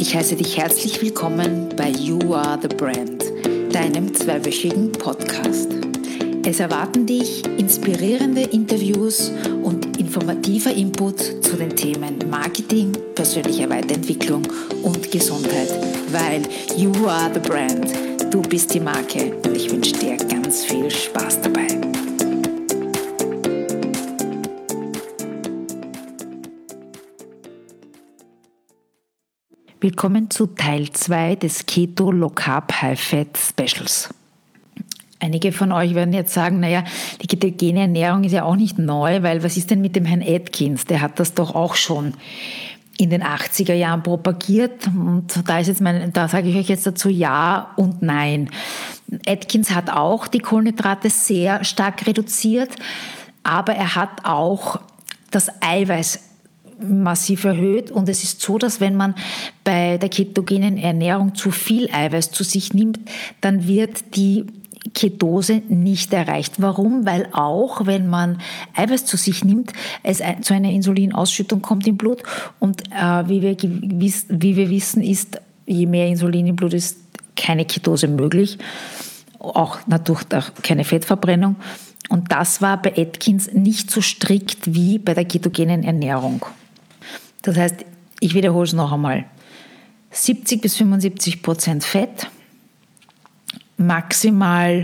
Ich heiße dich herzlich willkommen bei You Are the Brand, deinem zweiwöchigen Podcast. Es erwarten dich inspirierende Interviews und informativer Input zu den Themen Marketing, persönliche Weiterentwicklung und Gesundheit, weil You Are the Brand, du bist die Marke und ich wünsche dir ganz viel Spaß dabei. Willkommen zu Teil 2 des Keto Low Carb High Fat Specials. Einige von euch werden jetzt sagen, naja, die ketogene Ernährung ist ja auch nicht neu, weil was ist denn mit dem Herrn Atkins? Der hat das doch auch schon in den 80er Jahren propagiert. Und da sage ich euch jetzt dazu ja und nein. Atkins hat auch die Kohlenhydrate sehr stark reduziert, aber er hat auch das Eiweiß massiv erhöht, und es ist so, dass wenn man bei der ketogenen Ernährung zu viel Eiweiß zu sich nimmt, dann wird die Ketose nicht erreicht. Warum? Weil auch wenn man Eiweiß zu sich nimmt, es zu einer Insulinausschüttung kommt im Blut, und wie wir wissen, ist, je mehr Insulin im Blut ist, keine Ketose möglich, auch dadurch keine Fettverbrennung. Und das war bei Atkins nicht so strikt wie bei der ketogenen Ernährung. Das heißt, ich wiederhole es noch einmal, 70-75% Fett, maximal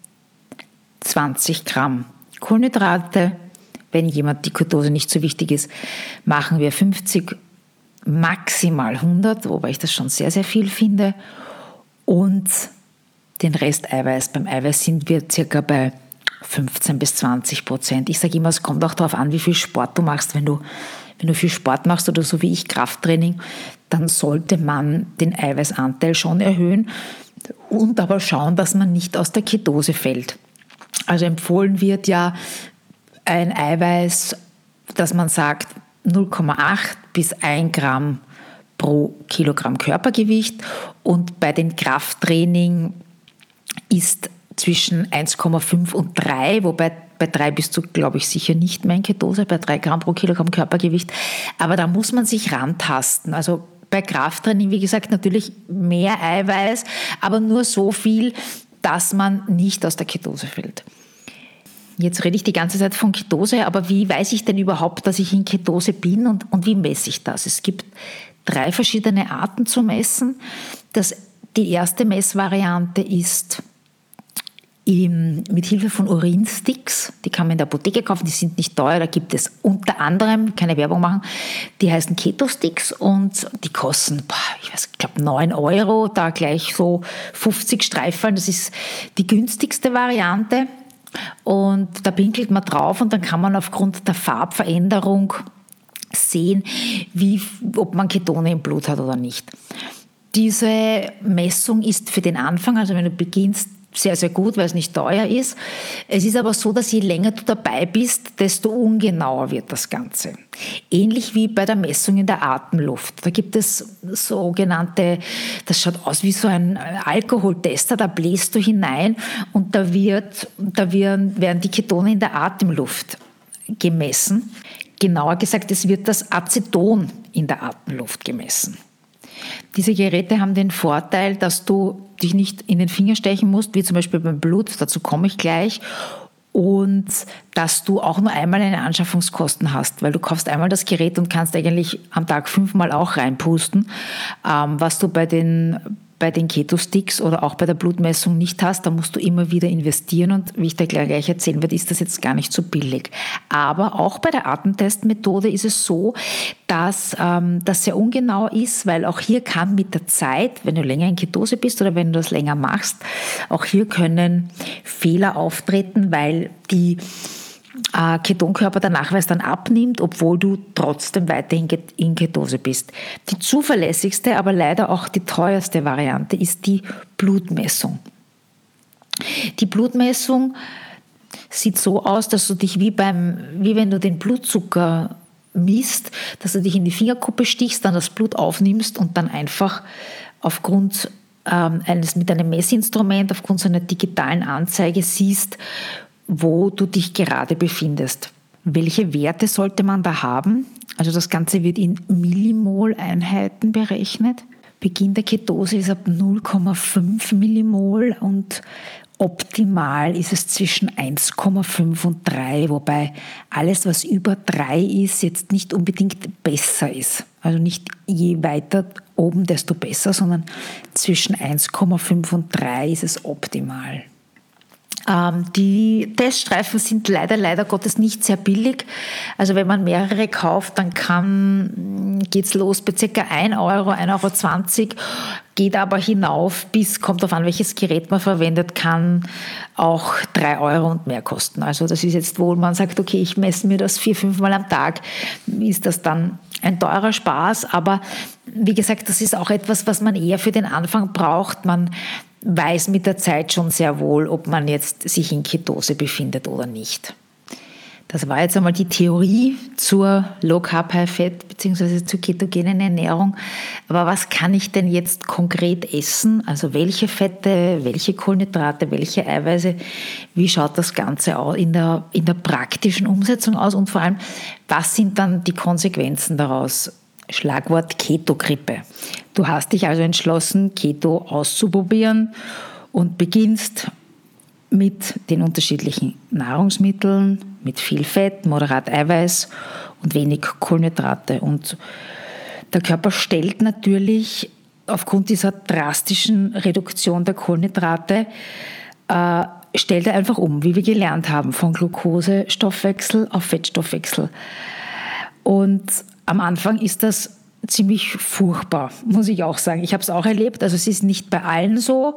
20 Gramm Kohlenhydrate. Wenn jemand die Ketose nicht so wichtig ist, machen wir 50, maximal 100, wobei ich das schon sehr, sehr viel finde. Und den Rest Eiweiß. Beim Eiweiß sind wir circa bei 15-20%. Ich sage immer, es kommt auch darauf an, wie viel Sport du machst. Wenn du viel Sport machst oder so wie ich Krafttraining, dann sollte man den Eiweißanteil schon erhöhen und aber schauen, dass man nicht aus der Ketose fällt. Also empfohlen wird ja ein Eiweiß, dass man sagt 0,8 bis 1 Gramm pro Kilogramm Körpergewicht, und bei den Krafttraining ist zwischen 1,5 und 3, wobei bei 3 bist du, glaube ich, sicher nicht mehr in Ketose, bei 3 Gramm pro Kilogramm Körpergewicht. Aber da muss man sich rantasten. Also bei Krafttraining, wie gesagt, natürlich mehr Eiweiß, aber nur so viel, dass man nicht aus der Ketose fällt. Jetzt rede ich die ganze Zeit von Ketose, aber wie weiß ich denn überhaupt, dass ich in Ketose bin, und wie messe ich das? Es gibt 3 verschiedene Arten zu messen. Die erste Messvariante ist mit Hilfe von Urinsticks. Die kann man in der Apotheke kaufen, die sind nicht teuer. Da gibt es unter anderem, keine Werbung machen, die heißen Keto-Sticks, und die kosten, ich glaube 9 Euro, da gleich so 50 Streifen. Das ist die günstigste Variante, und da pinkelt man drauf, und dann kann man aufgrund der Farbveränderung sehen, ob man Ketone im Blut hat oder nicht. Diese Messung ist für den Anfang, also wenn du beginnst, sehr, sehr gut, weil es nicht teuer ist. Es ist aber so, dass je länger du dabei bist, desto ungenauer wird das Ganze. Ähnlich wie bei der Messung in der Atemluft. Da gibt es sogenannte, das schaut aus wie so ein Alkoholtester, da bläst du hinein, und da werden die Ketone in der Atemluft gemessen. Genauer gesagt, es wird das Aceton in der Atemluft gemessen. Diese Geräte haben den Vorteil, dass du dich nicht in den Finger stechen musst, wie zum Beispiel beim Blut, dazu komme ich gleich, und dass du auch nur einmal eine Anschaffungskosten hast, weil du kaufst einmal das Gerät und kannst eigentlich am Tag 5-mal auch reinpusten, was du bei den Keto-Sticks oder auch bei der Blutmessung nicht hast. Da musst du immer wieder investieren, und wie ich dir gleich erzählen werde, ist das jetzt gar nicht so billig. Aber auch bei der Atemtestmethode ist es so, dass das sehr ungenau ist, weil auch hier kann mit der Zeit, wenn du länger in Ketose bist oder wenn du das länger machst, auch hier können Fehler auftreten, weil die Ketonkörper der Nachweis dann abnimmt, obwohl du trotzdem weiterhin in Ketose bist. Die zuverlässigste, aber leider auch die teuerste Variante ist die Blutmessung. Die Blutmessung sieht so aus, dass du dich wie wenn du den Blutzucker misst, dass du dich in die Fingerkuppe stichst, dann das Blut aufnimmst und dann einfach aufgrund mit einem Messinstrument, aufgrund so einer digitalen Anzeige siehst, wo du dich gerade befindest. Welche Werte sollte man da haben? Also das Ganze wird in Millimol-Einheiten berechnet. Beginn der Ketose ist ab 0,5 Millimol und optimal ist es zwischen 1,5 und 3, wobei alles, was über 3 ist, jetzt nicht unbedingt besser ist. Also nicht je weiter oben, desto besser, sondern zwischen 1,5 und 3 ist es optimal. Die Teststreifen sind leider Gottes nicht sehr billig. Also wenn man mehrere kauft, dann geht's los bei ca. 1 Euro, 1,20 Euro, geht aber hinauf bis, kommt darauf an, welches Gerät man verwendet, kann auch 3 Euro und mehr kosten. Also das ist jetzt, wo man sagt, okay, ich messe mir das 4-5 Mal am Tag, ist das dann ein teurer Spaß. Aber wie gesagt, das ist auch etwas, was man eher für den Anfang braucht. Man weiß mit der Zeit schon sehr wohl, ob man jetzt sich in Ketose befindet oder nicht. Das war jetzt einmal die Theorie zur Low Carb High Fat bzw. zur ketogenen Ernährung. Aber was kann ich denn jetzt konkret essen? Also welche Fette, welche Kohlenhydrate, welche Eiweiße? Wie schaut das Ganze in der praktischen Umsetzung aus? Und vor allem, was sind dann die Konsequenzen daraus? Schlagwort Keto-Grippe. Du hast dich also entschlossen, Keto auszuprobieren und beginnst mit den unterschiedlichen Nahrungsmitteln, mit viel Fett, moderat Eiweiß und wenig Kohlenhydrate. Und der Körper stellt natürlich aufgrund dieser drastischen Reduktion der Kohlenhydrate, stellt er einfach um, wie wir gelernt haben, von Glukosestoffwechsel auf Fettstoffwechsel. Und am Anfang ist das ziemlich furchtbar, muss ich auch sagen. Ich habe es auch erlebt, also es ist nicht bei allen so,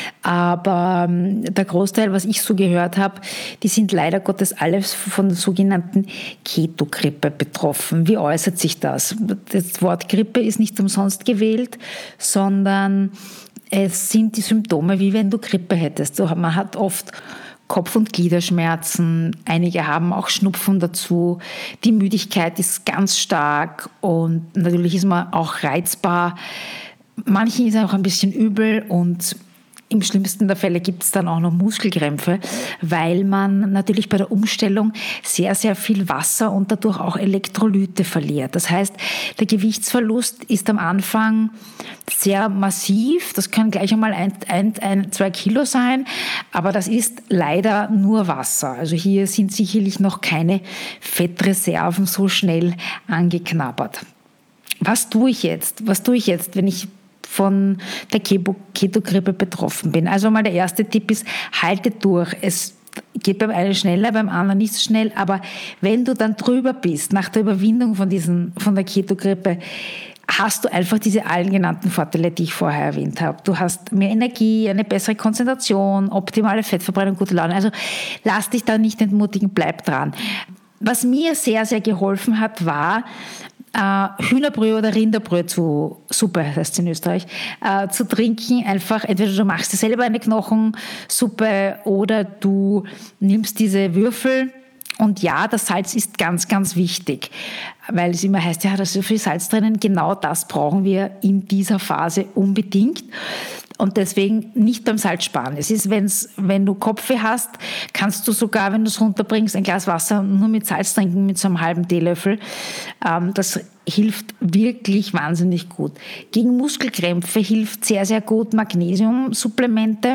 aber der Großteil, was ich so gehört habe, die sind leider Gottes alle von der sogenannten Keto-Grippe betroffen. Wie äußert sich das? Das Wort Grippe ist nicht umsonst gewählt, sondern es sind die Symptome, wie wenn du Grippe hättest. Man hat oft Kopf- und Gliederschmerzen, einige haben auch Schnupfen dazu, die Müdigkeit ist ganz stark und natürlich ist man auch reizbar. Manchen ist auch ein bisschen übel und im schlimmsten der Fälle gibt es dann auch noch Muskelkrämpfe, weil man natürlich bei der Umstellung sehr, sehr viel Wasser und dadurch auch Elektrolyte verliert. Das heißt, der Gewichtsverlust ist am Anfang sehr massiv. Das kann gleich einmal 2 Kilo sein, aber das ist leider nur Wasser. Also hier sind sicherlich noch keine Fettreserven so schnell angeknabbert. Was tue ich jetzt, wenn ich von der Keto-Grippe betroffen bin? Also mal der erste Tipp ist, halte durch. Es geht beim einen schneller, beim anderen nicht so schnell, aber wenn du dann drüber bist, nach der Überwindung von der Keto-Grippe, hast du einfach diese allen genannten Vorteile, die ich vorher erwähnt habe. Du hast mehr Energie, eine bessere Konzentration, optimale Fettverbrennung, gute Laune. Also lass dich da nicht entmutigen, bleib dran. Was mir sehr, sehr geholfen hat, war, Hühnerbrühe oder Rinderbrühe Suppe heißt es in Österreich, zu trinken. Einfach, entweder du machst dir selber eine Knochensuppe oder du nimmst diese Würfel. Und ja, das Salz ist ganz, ganz wichtig, weil es immer heißt, ja, da ist so viel Salz drinnen. Genau das brauchen wir in dieser Phase unbedingt. Und deswegen nicht beim Salz sparen. Es ist, wenn du Kopfweh hast, kannst du sogar, wenn du es runterbringst, ein Glas Wasser nur mit Salz trinken, mit so einem halben Teelöffel. Das hilft wirklich wahnsinnig gut. Gegen Muskelkrämpfe hilft sehr, sehr gut Magnesiumsupplemente.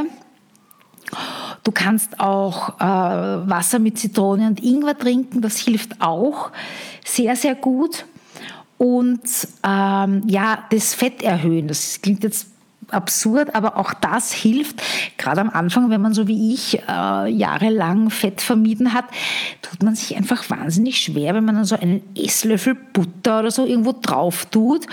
Du kannst auch Wasser mit Zitrone und Ingwer trinken. Das hilft auch sehr, sehr gut. Und das Fett erhöhen. Das klingt jetzt absurd, aber auch das hilft. Gerade am Anfang, wenn man so wie ich jahrelang Fett vermieden hat, tut man sich einfach wahnsinnig schwer, wenn man dann so einen Esslöffel Butter oder so irgendwo drauf tut.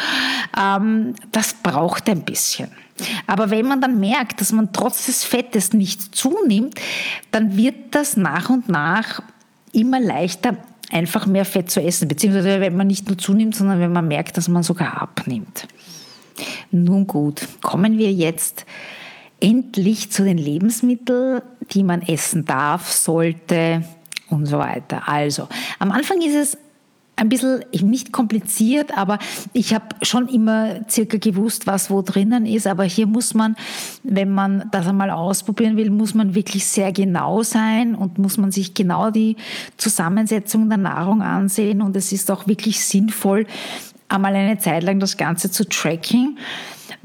Das braucht ein bisschen. Aber wenn man dann merkt, dass man trotz des Fettes nicht zunimmt, dann wird das nach und nach immer leichter, einfach mehr Fett zu essen. Beziehungsweise wenn man nicht nur zunimmt, sondern wenn man merkt, dass man sogar abnimmt. Nun gut, kommen wir jetzt endlich zu den Lebensmitteln, die man essen darf, sollte und so weiter. Also, am Anfang ist es ein bisschen nicht kompliziert, aber ich habe schon immer circa gewusst, was wo drinnen ist. Aber hier muss man, wenn man das einmal ausprobieren will, muss man wirklich sehr genau sein und muss man sich genau die Zusammensetzung der Nahrung ansehen. Und es ist auch wirklich sinnvoll, einmal eine Zeit lang das Ganze zu tracken,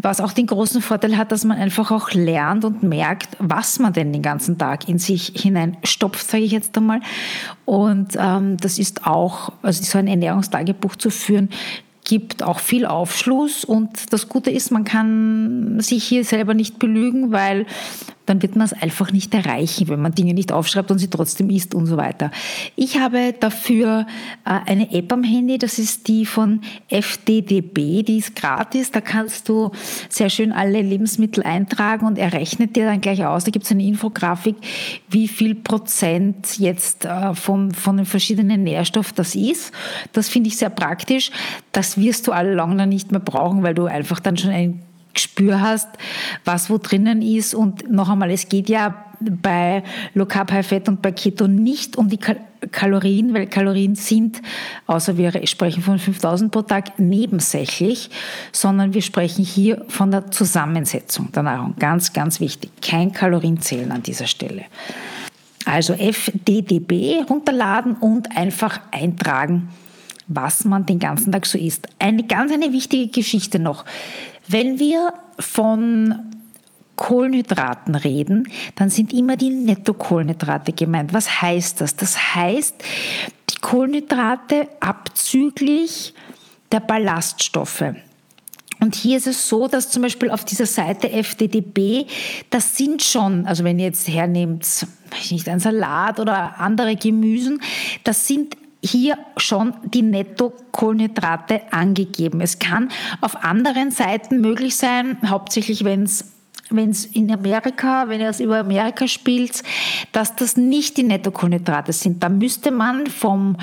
Was auch den großen Vorteil hat, dass man einfach auch lernt und merkt, was man denn den ganzen Tag in sich hineinstopft, sage ich jetzt einmal. Und das ist auch, also so ein Ernährungstagebuch zu führen, gibt auch viel Aufschluss. Und das Gute ist, man kann sich hier selber nicht belügen, weil dann wird man es einfach nicht erreichen, wenn man Dinge nicht aufschreibt und sie trotzdem isst und so weiter. Ich habe dafür eine App am Handy, das ist die von FDDB, die ist gratis, da kannst du sehr schön alle Lebensmittel eintragen und er rechnet dir dann gleich aus, da gibt es eine Infografik, wie viel Prozent jetzt von den verschiedenen Nährstoffen das ist. Das finde ich sehr praktisch, das wirst du alle lange nicht mehr brauchen, weil du einfach dann schon ein Gespür hast, was wo drinnen ist. Und noch einmal, es geht ja bei Low Carb, High Fat und bei Keto nicht um die Kalorien, weil Kalorien sind, außer wir sprechen von 5000 pro Tag, nebensächlich, sondern wir sprechen hier von der Zusammensetzung der Nahrung. Ganz, ganz wichtig. Kein Kalorienzählen an dieser Stelle. Also FDDB runterladen und einfach eintragen, was man den ganzen Tag so isst. Eine wichtige Geschichte noch. Wenn wir von Kohlenhydraten reden, dann sind immer die Nettokohlenhydrate gemeint. Was heißt das? Das heißt, die Kohlenhydrate abzüglich der Ballaststoffe. Und hier ist es so, dass zum Beispiel auf dieser Seite FDDB, das sind schon, also wenn ihr jetzt hernehmt, weiß ich nicht, ein Salat oder andere Gemüsen, das sind hier schon die Netto-Kohlenhydrate angegeben. Es kann auf anderen Seiten möglich sein, hauptsächlich wenn es in Amerika, wenn ihr es über Amerika spielt, dass das nicht die Netto-Kohlenhydrate sind. Da müsste man vom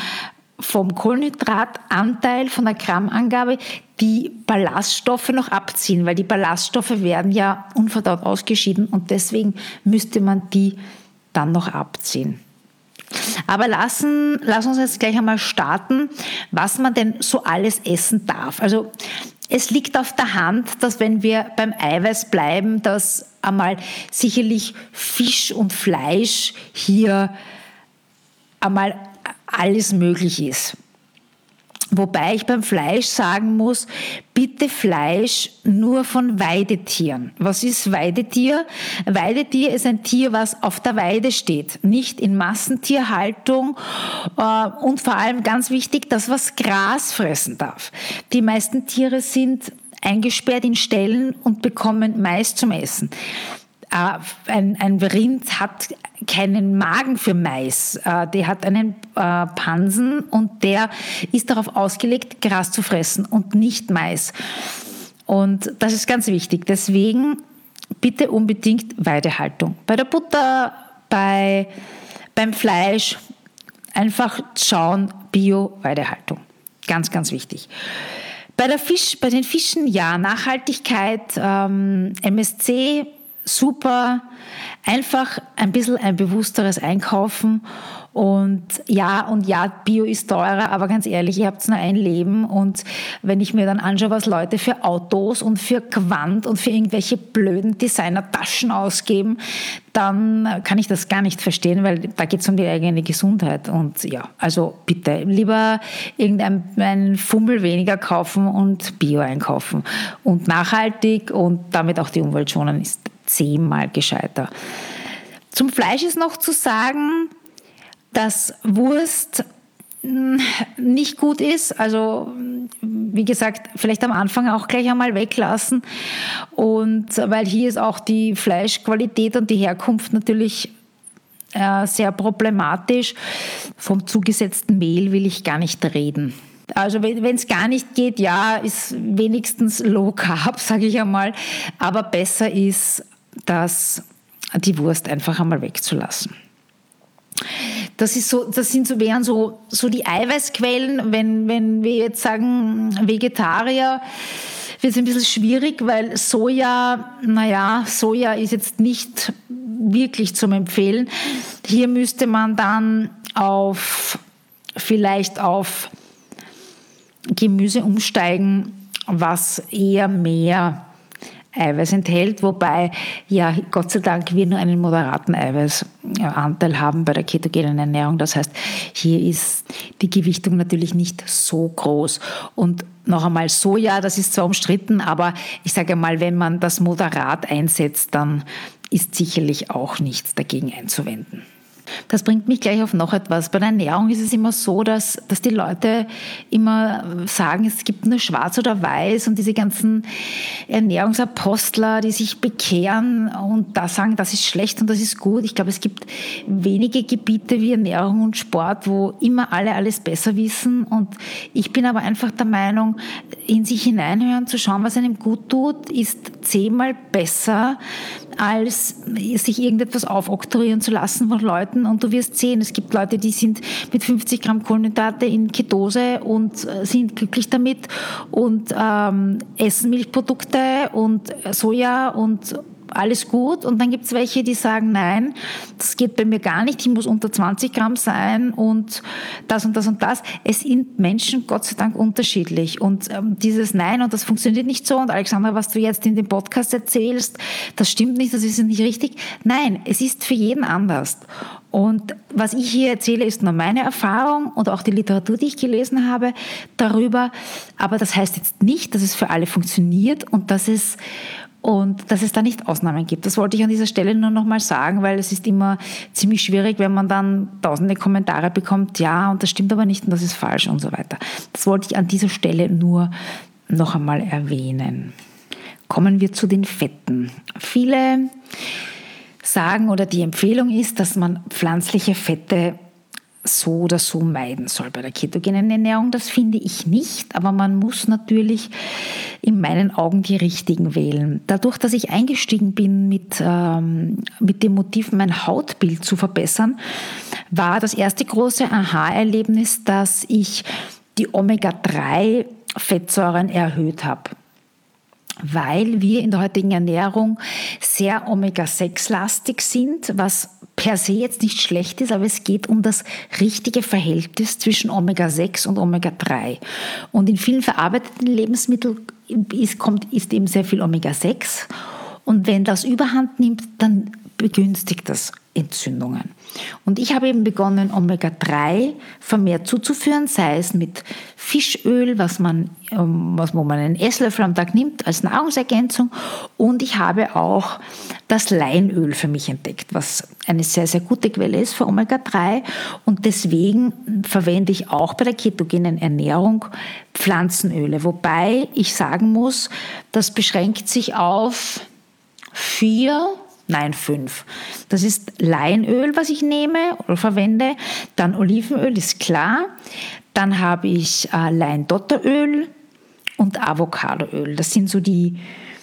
Kohlenhydratanteil, von der Grammangabe, die Ballaststoffe noch abziehen, weil die Ballaststoffe werden ja unverdaut ausgeschieden und deswegen müsste man die dann noch abziehen. Aber lass uns jetzt gleich einmal starten, was man denn so alles essen darf. Also es liegt auf der Hand, dass wenn wir beim Eiweiß bleiben, dass einmal sicherlich Fisch und Fleisch hier einmal alles möglich ist. Wobei ich beim Fleisch sagen muss, bitte Fleisch nur von Weidetieren. Was ist Weidetier? Weidetier ist ein Tier, was auf der Weide steht, nicht in Massentierhaltung und vor allem ganz wichtig, das was Gras fressen darf. Die meisten Tiere sind eingesperrt in Ställen und bekommen Mais zum Essen. Ein Rind hat keinen Magen für Mais, der hat einen Pansen und der ist darauf ausgelegt, Gras zu fressen und nicht Mais. Und das ist ganz wichtig. Deswegen bitte unbedingt Weidehaltung. Bei der Butter, beim Fleisch einfach schauen, Bio-Weidehaltung. Ganz, ganz wichtig. Bei den Fischen, ja, Nachhaltigkeit, MSC, super, einfach ein bisschen ein bewussteres Einkaufen und ja, Bio ist teurer, aber ganz ehrlich, ihr habt nur ein Leben und wenn ich mir dann anschaue, was Leute für Autos und für Quant und für irgendwelche blöden Designer-Taschen ausgeben, dann kann ich das gar nicht verstehen, weil da geht es um die eigene Gesundheit und ja, also bitte lieber irgendeinen Fummel weniger kaufen und Bio einkaufen und nachhaltig und damit auch die Umwelt schonen ist 10-mal gescheiter. Zum Fleisch ist noch zu sagen, dass Wurst nicht gut ist. Also wie gesagt, vielleicht am Anfang auch gleich einmal weglassen. Und weil hier ist auch die Fleischqualität und die Herkunft natürlich sehr problematisch. Vom zugesetzten Mehl will ich gar nicht reden. Also wenn es gar nicht geht, ja, ist wenigstens Low Carb, sage ich einmal. Aber besser ist, die Wurst einfach einmal wegzulassen. Wären so die Eiweißquellen, wenn wir jetzt sagen Vegetarier, wird es ein bisschen schwierig, weil Soja ist jetzt nicht wirklich zum Empfehlen. Hier müsste man dann vielleicht auf Gemüse umsteigen, was eher mehr Eiweiß enthält, wobei ja Gott sei Dank wir nur einen moderaten Eiweißanteil haben bei der ketogenen Ernährung. Das heißt, hier ist die Gewichtung natürlich nicht so groß. Und noch einmal Soja, das ist zwar umstritten, aber ich sage mal, wenn man das moderat einsetzt, dann ist sicherlich auch nichts dagegen einzuwenden. Das bringt mich gleich auf noch etwas. Bei der Ernährung ist es immer so, dass die Leute immer sagen, es gibt nur schwarz oder weiß und diese ganzen Ernährungsapostler, die sich bekehren und da sagen, das ist schlecht und das ist gut. Ich glaube, es gibt wenige Gebiete wie Ernährung und Sport, wo immer alle alles besser wissen und ich bin aber einfach der Meinung, in sich hineinhören, zu schauen, was einem gut tut, ist 10-mal besser, als sich irgendetwas aufoktroyieren zu lassen von Leuten. Und du wirst sehen, es gibt Leute, die sind mit 50 Gramm Kohlenhydrate in Ketose und sind glücklich damit und essen Milchprodukte und Soja und alles gut. Und dann gibt es welche, die sagen, nein, das geht bei mir gar nicht, ich muss unter 20 Gramm sein und das und das und das. Es sind Menschen Gott sei Dank unterschiedlich. Und dieses Nein und das funktioniert nicht so und Alexandra, was du jetzt in dem Podcast erzählst, das stimmt nicht, das ist nicht richtig. Nein, es ist für jeden anders. Und was ich hier erzähle, ist nur meine Erfahrung und auch die Literatur, die ich gelesen habe darüber. Aber das heißt jetzt nicht, dass es für alle funktioniert und dass es da nicht Ausnahmen gibt. Das wollte ich an dieser Stelle nur noch mal sagen, weil es ist immer ziemlich schwierig, wenn man dann tausende Kommentare bekommt, ja, und das stimmt aber nicht und das ist falsch und so weiter. Das wollte ich an dieser Stelle nur noch einmal erwähnen. Kommen wir zu den Fetten. Viele sagen oder die Empfehlung ist, dass man pflanzliche Fette so oder so meiden soll bei der ketogenen Ernährung. Das finde ich nicht, aber man muss natürlich in meinen Augen die richtigen wählen. Dadurch, dass ich eingestiegen bin mit dem Motiv, mein Hautbild zu verbessern, war das erste große Aha-Erlebnis, dass ich die Omega-3-Fettsäuren erhöht habe. Weil wir in der heutigen Ernährung sehr Omega-6-lastig sind, was per se jetzt nicht schlecht ist, aber es geht um das richtige Verhältnis zwischen Omega-6 und Omega-3. Und in vielen verarbeiteten Lebensmitteln ist eben sehr viel Omega-6 und wenn das Überhand nimmt, dann begünstigt das Entzündungen. Und ich habe eben begonnen, Omega-3 vermehrt zuzuführen, sei es mit Fischöl, wo man einen Esslöffel am Tag nimmt als Nahrungsergänzung. Und ich habe auch das Leinöl für mich entdeckt, was eine sehr, sehr gute Quelle ist für Omega-3. Und deswegen verwende ich auch bei der ketogenen Ernährung Pflanzenöle. Wobei ich sagen muss, das beschränkt sich auf 5. Das ist Leinöl, was ich nehme oder verwende. Dann Olivenöl, ist klar. Dann habe ich Leindotteröl und Avocadoöl. Das sind so die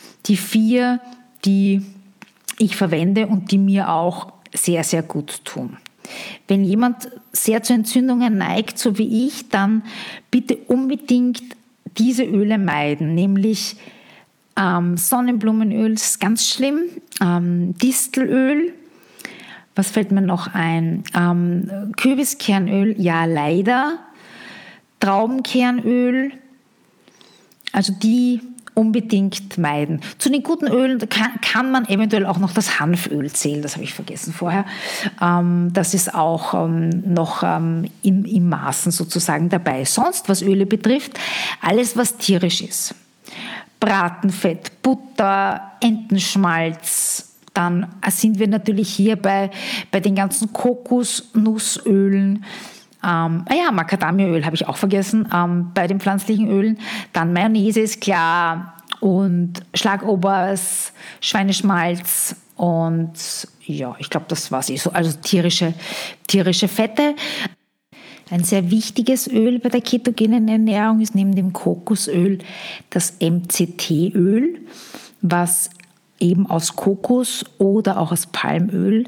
4, die ich verwende und die mir auch sehr, sehr gut tun. Wenn jemand sehr zu Entzündungen neigt, so wie ich, dann bitte unbedingt diese Öle meiden, nämlich Sonnenblumenöl ist ganz schlimm, Distelöl, was fällt mir noch ein? Kürbiskernöl, ja leider, Traubenkernöl, also die unbedingt meiden. Zu den guten Ölen kann man eventuell auch noch das Hanföl zählen, das habe ich vergessen vorher. Das ist auch noch im Maßen sozusagen dabei. Sonst, was Öle betrifft, alles, was tierisch ist. Bratenfett, Butter, Entenschmalz, dann sind wir natürlich hier bei den ganzen Kokosnussölen, Macadamiaöl habe ich auch vergessen, bei den pflanzlichen Ölen, dann Mayonnaise ist klar und Schlagobers, Schweineschmalz und ja, ich glaube, das war es so, also tierische Fette. Ein sehr wichtiges Öl bei der ketogenen Ernährung ist neben dem Kokosöl das MCT-Öl, was eben aus Kokos oder auch aus Palmöl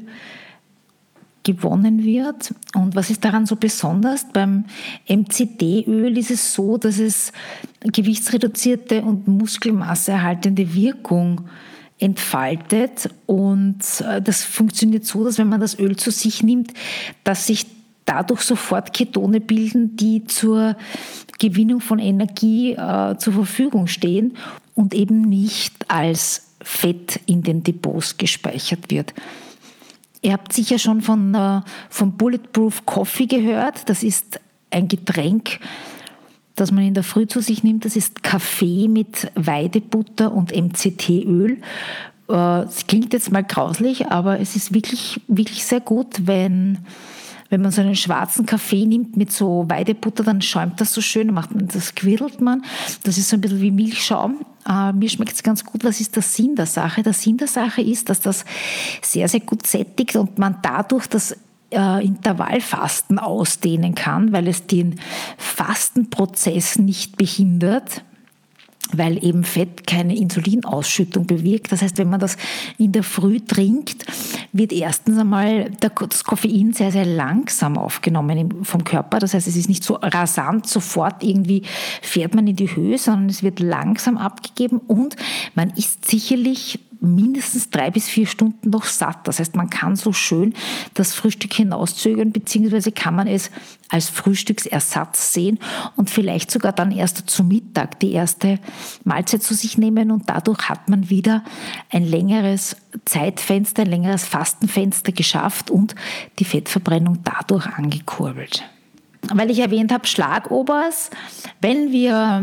gewonnen wird. Und was ist daran so besonders? Beim MCT-Öl ist es so, dass es gewichtsreduzierte und muskelmasseerhaltende Wirkung entfaltet. Und das funktioniert so, dass wenn man das Öl zu sich nimmt, dass sich dadurch sofort Ketone bilden, die zur Gewinnung von Energie zur Verfügung stehen und eben nicht als Fett in den Depots gespeichert wird. Ihr habt sicher schon von Bulletproof Coffee gehört. Das ist ein Getränk, das man in der Früh zu sich nimmt. Das ist Kaffee mit Weidebutter und MCT-Öl. Es klingt jetzt mal grauslich, aber es ist wirklich, wirklich sehr gut, wenn man so einen schwarzen Kaffee nimmt mit so Weidebutter, dann schäumt das so schön, das quirlt man. Das ist so ein bisschen wie Milchschaum. Mir schmeckt es ganz gut. Was ist der Sinn der Sache? Der Sinn der Sache ist, dass das sehr, sehr gut sättigt und man dadurch das Intervallfasten ausdehnen kann, weil es den Fastenprozess nicht behindert, weil eben Fett keine Insulinausschüttung bewirkt. Das heißt, wenn man das in der Früh trinkt, wird erstens einmal das Koffein sehr, sehr langsam aufgenommen vom Körper. Das heißt, es ist nicht so rasant, sofort irgendwie fährt man in die Höhe, sondern es wird langsam abgegeben und man isst sicherlich mindestens 3 bis 4 Stunden noch satt. Das heißt, man kann so schön das Frühstück hinauszögern, beziehungsweise kann man es als Frühstücksersatz sehen und vielleicht sogar dann erst zu Mittag die erste Mahlzeit zu sich nehmen und dadurch hat man wieder ein längeres Zeitfenster, ein längeres Fastenfenster geschafft und die Fettverbrennung dadurch angekurbelt. Weil ich erwähnt habe, Schlagobers, wenn wir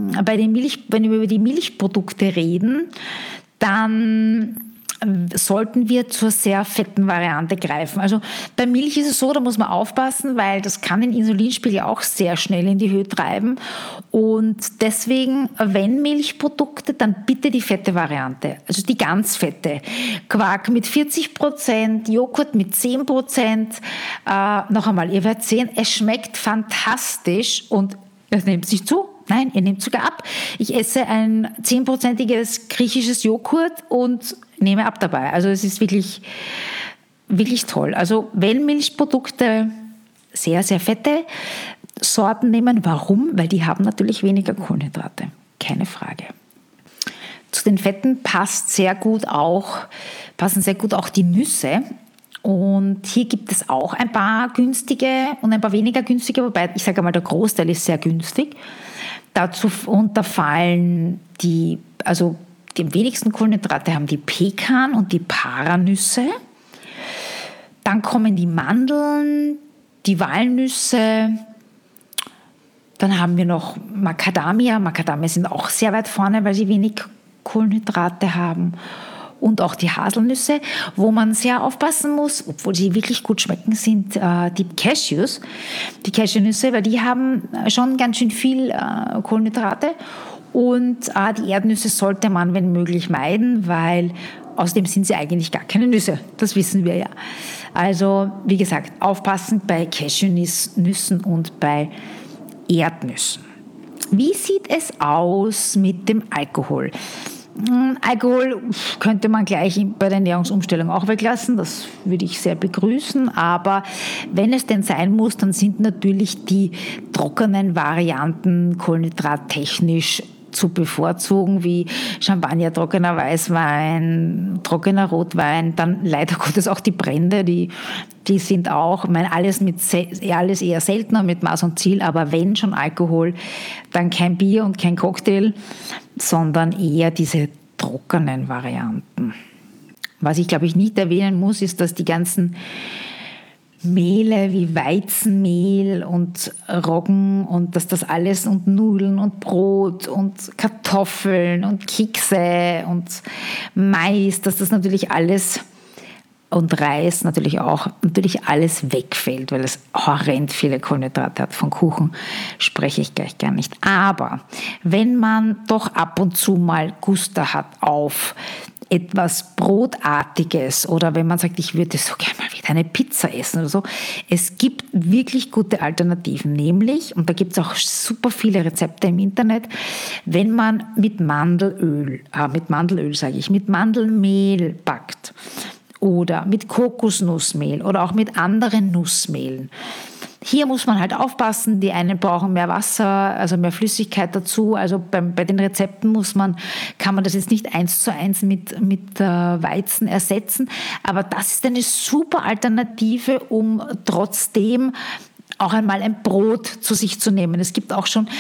über die Milchprodukte reden, dann sollten wir zur sehr fetten Variante greifen. Also bei Milch ist es so, da muss man aufpassen, weil das kann den Insulinspiegel auch sehr schnell in die Höhe treiben. Und deswegen, wenn Milchprodukte, dann bitte die fette Variante, also die ganz fette. Quark mit 40%, Joghurt mit 10%. Noch einmal, ihr werdet sehen, es schmeckt fantastisch und es nimmt sich zu. Nein, ihr nehmt sogar ab. Ich esse ein 10%iges griechisches Joghurt und nehme ab dabei. Also es ist wirklich, wirklich toll. Also wenn Milchprodukte sehr, sehr fette Sorten nehmen. Warum? Weil die haben natürlich weniger Kohlenhydrate. Keine Frage. Zu den Fetten passen sehr gut auch die Nüsse. Und hier gibt es auch ein paar günstige und ein paar weniger günstige, wobei ich sage mal, der Großteil ist sehr günstig. Dazu unterfallen die am wenigsten Kohlenhydrate haben die Pekan- und die Paranüsse. Dann kommen die Mandeln, die Walnüsse. Dann haben wir noch Macadamia. Macadamia sind auch sehr weit vorne, weil sie wenig Kohlenhydrate haben. Und auch die Haselnüsse, wo man sehr aufpassen muss, obwohl sie wirklich gut schmecken, sind die Cashews. Die Cashewnüsse, weil die haben schon ganz schön viel Kohlenhydrate. Und die Erdnüsse sollte man, wenn möglich, meiden, weil außerdem sind sie eigentlich gar keine Nüsse. Das wissen wir ja. Also, wie gesagt, aufpassen bei Cashewnüssen und bei Erdnüssen. Wie sieht es aus mit dem Alkohol? Alkohol könnte man gleich bei der Ernährungsumstellung auch weglassen, das würde ich sehr begrüßen, aber wenn es denn sein muss, dann sind natürlich die trockenen Varianten kohlenhydrattechnisch zu bevorzugen, wie Champagner, trockener Weißwein, trockener Rotwein, dann leider Gottes auch die Brände, die sind auch, ich meine, alles eher seltener mit Maß und Ziel, aber wenn schon Alkohol, dann kein Bier und kein Cocktail, sondern eher diese trockenen Varianten. Was ich, glaube ich, nicht erwähnen muss, ist, dass die ganzen Mehle wie Weizenmehl und Roggen und dass das alles und Nudeln und Brot und Kartoffeln und Kekse und Mais, dass das natürlich alles und Reis natürlich auch, alles wegfällt, weil es horrend viele Kohlenhydrate hat. Von Kuchen spreche ich gleich gar nicht. Aber wenn man doch ab und zu mal Guster hat auf etwas Brotartiges oder wenn man sagt, ich würde so gerne mal wieder eine Pizza essen oder so, es gibt wirklich gute Alternativen, nämlich, und da gibt es auch super viele Rezepte im Internet, wenn man mit Mandelmehl backt, oder mit Kokosnussmehl oder auch mit anderen Nussmehlen. Hier muss man halt aufpassen, die einen brauchen mehr Wasser, also mehr Flüssigkeit dazu. Also bei den Rezepten kann man das jetzt nicht 1:1 mit Weizen ersetzen. Aber das ist eine super Alternative, um trotzdem auch einmal ein Brot zu sich zu nehmen. Es gibt auch schon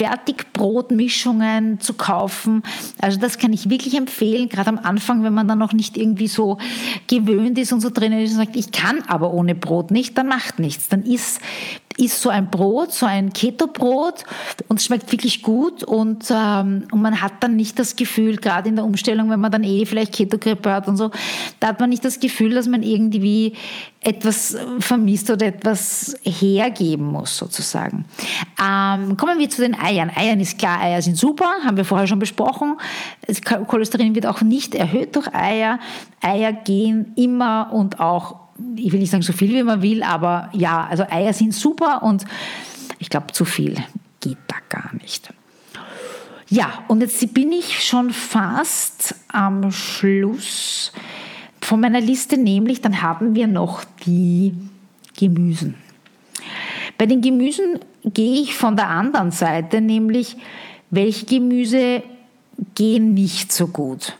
Fertigbrotmischungen zu kaufen. Also das kann ich wirklich empfehlen, gerade am Anfang, wenn man dann noch nicht irgendwie so gewöhnt ist und so drinnen ist und sagt, ich kann aber ohne Brot nicht, dann macht nichts. Dann isst so ein Brot, so ein Keto-Brot und es schmeckt wirklich gut und man hat dann nicht das Gefühl, gerade in der Umstellung, wenn man dann vielleicht Keto-Grippe hat und so, da hat man nicht das Gefühl, dass man irgendwie etwas vermisst oder etwas hergeben muss sozusagen. Kommen wir zu den Eiern. Eiern ist klar, Eier sind super, haben wir vorher schon besprochen. Das Cholesterin wird auch nicht erhöht durch Eier. Eier gehen immer und auch, ich will nicht sagen so viel, wie man will, aber ja, also Eier sind super und ich glaube, zu viel geht da gar nicht. Ja, und jetzt bin ich schon fast am Schluss von meiner Liste, nämlich dann haben wir noch die Gemüsen. Bei den Gemüsen gehe ich von der anderen Seite, nämlich welche Gemüse gehen nicht so gut.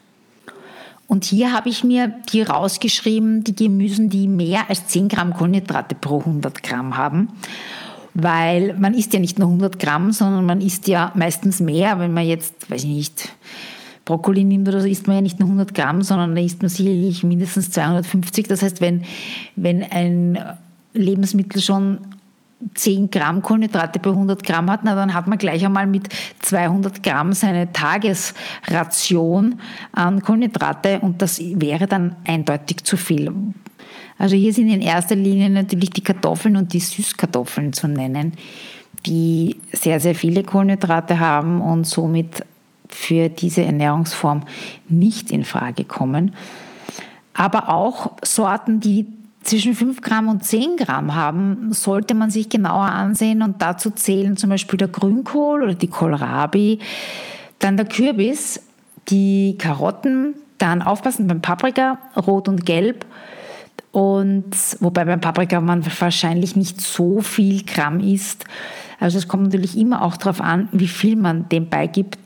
Und hier habe ich mir die rausgeschrieben, die Gemüsen, die mehr als 10 Gramm Kohlenhydrate pro 100 Gramm haben. Weil man isst ja nicht nur 100 Gramm, sondern man isst ja meistens mehr. Wenn man jetzt, weiß ich nicht, Brokkoli nimmt oder so, isst man ja nicht nur 100 Gramm, sondern da isst man sicherlich mindestens 250. Das heißt, wenn ein Lebensmittel schon 10 Gramm Kohlenhydrate pro 100 Gramm hat, dann hat man gleich einmal mit 200 Gramm seine Tagesration an Kohlenhydrate und das wäre dann eindeutig zu viel. Also hier sind in erster Linie natürlich die Kartoffeln und die Süßkartoffeln zu nennen, die sehr, sehr viele Kohlenhydrate haben und somit für diese Ernährungsform nicht in Frage kommen. Aber auch Sorten, die zwischen 5 Gramm und 10 Gramm haben, sollte man sich genauer ansehen und dazu zählen zum Beispiel der Grünkohl oder die Kohlrabi, dann der Kürbis, die Karotten, dann aufpassen beim Paprika, rot und gelb und wobei beim Paprika man wahrscheinlich nicht so viel Gramm isst. Also es kommt natürlich immer auch darauf an, wie viel man dem beigibt.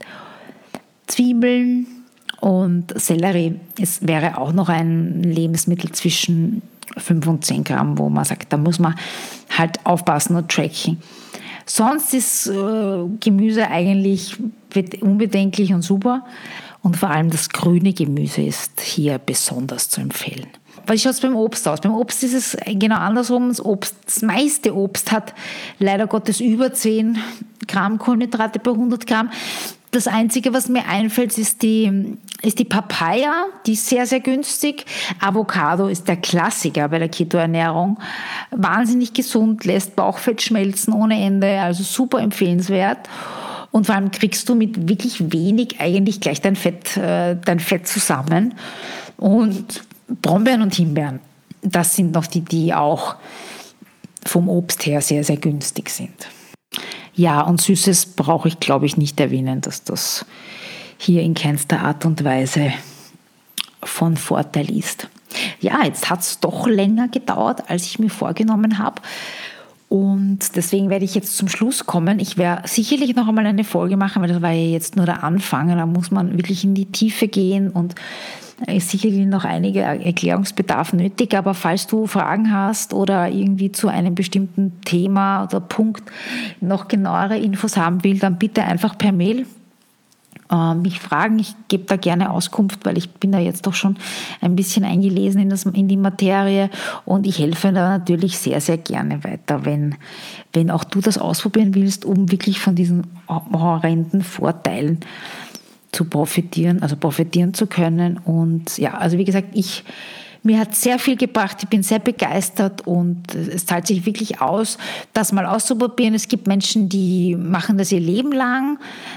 Zwiebeln und Sellerie, es wäre auch noch ein Lebensmittel zwischen 5 und 10 Gramm, wo man sagt, da muss man halt aufpassen und tracken. Sonst ist Gemüse eigentlich unbedenklich und super und vor allem das grüne Gemüse ist hier besonders zu empfehlen. Was schaut es beim Obst aus? Beim Obst ist es genau andersrum. Das meiste Obst hat leider Gottes über 10 Gramm Kohlenhydrate pro 100 Gramm. Das Einzige, was mir einfällt, ist die Papaya, die ist sehr, sehr günstig. Avocado ist der Klassiker bei der Keto-Ernährung. Wahnsinnig gesund, lässt Bauchfett schmelzen ohne Ende, also super empfehlenswert. Und vor allem kriegst du mit wirklich wenig eigentlich gleich dein Fett zusammen. Und Brombeeren und Himbeeren, das sind noch die auch vom Obst her sehr, sehr günstig sind. Ja, und Süßes brauche ich, glaube ich, nicht erwähnen, dass das hier in keinster Art und Weise von Vorteil ist. Ja, jetzt hat es doch länger gedauert, als ich mir vorgenommen habe. Und deswegen werde ich jetzt zum Schluss kommen. Ich werde sicherlich noch einmal eine Folge machen, weil das war ja jetzt nur der Anfang. Da muss man wirklich in die Tiefe gehen und ist sicherlich noch einige Erklärungsbedarf nötig, aber falls du Fragen hast oder irgendwie zu einem bestimmten Thema oder Punkt noch genauere Infos haben will, dann bitte einfach per Mail mich fragen. Ich gebe da gerne Auskunft, weil ich bin da jetzt doch schon ein bisschen eingelesen in die Materie und ich helfe da natürlich sehr, sehr gerne weiter, wenn auch du das ausprobieren willst, um wirklich von diesen horrenden Vorteilen zu profitieren zu können. Und ja, also wie gesagt, mir hat sehr viel gebracht, ich bin sehr begeistert und es zahlt sich wirklich aus, das mal auszuprobieren. Es gibt Menschen, die machen das ihr Leben lang,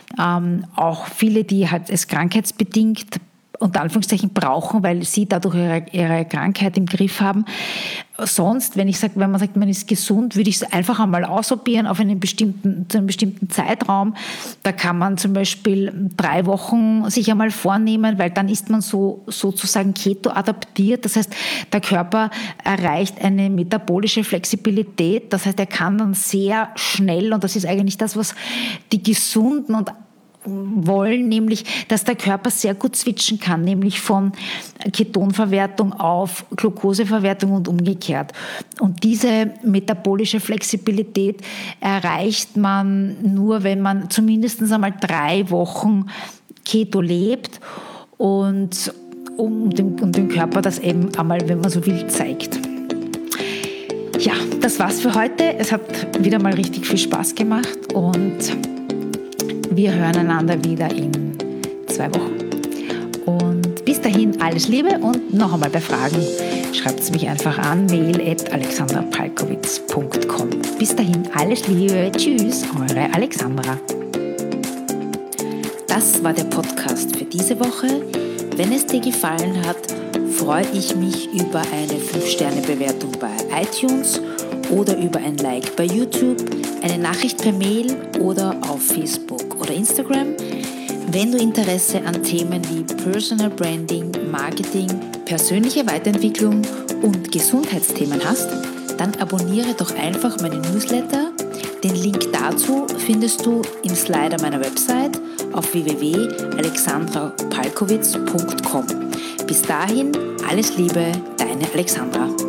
auch viele, die halt es krankheitsbedingt unter Anführungszeichen brauchen, weil sie dadurch ihre Krankheit im Griff haben. Sonst, wenn man sagt, man ist gesund, würde ich es einfach einmal ausprobieren zu einem bestimmten Zeitraum. Da kann man zum Beispiel 3 Wochen sich einmal vornehmen, weil dann ist man sozusagen Keto adaptiert. Das heißt, der Körper erreicht eine metabolische Flexibilität. Das heißt, er kann dann sehr schnell, und das ist eigentlich das, was die gesunden und wollen, nämlich, dass der Körper sehr gut switchen kann, nämlich von Ketonverwertung auf Glukoseverwertung und umgekehrt. Und diese metabolische Flexibilität erreicht man nur, wenn man zumindest einmal 3 Wochen Keto lebt und dem Körper das eben einmal, wenn man so will, zeigt. Ja, das war's für heute. Es hat wieder mal richtig viel Spaß gemacht und wir hören einander wieder in 2 Wochen. Und bis dahin alles Liebe und noch einmal bei Fragen schreibt es mich einfach an, mail@alexandrapalkowitz.com. Bis dahin alles Liebe, tschüss, eure Alexandra. Das war der Podcast für diese Woche. Wenn es dir gefallen hat, freue ich mich über eine 5-Sterne-Bewertung bei iTunes oder über ein Like bei YouTube, eine Nachricht per Mail oder auf Facebook oder Instagram. Wenn du Interesse an Themen wie Personal Branding, Marketing, persönliche Weiterentwicklung und Gesundheitsthemen hast, dann abonniere doch einfach meine Newsletter. Den Link dazu findest du im Slider meiner Website auf www.alexandrapalkowitz.com. Bis dahin, alles Liebe, deine Alexandra.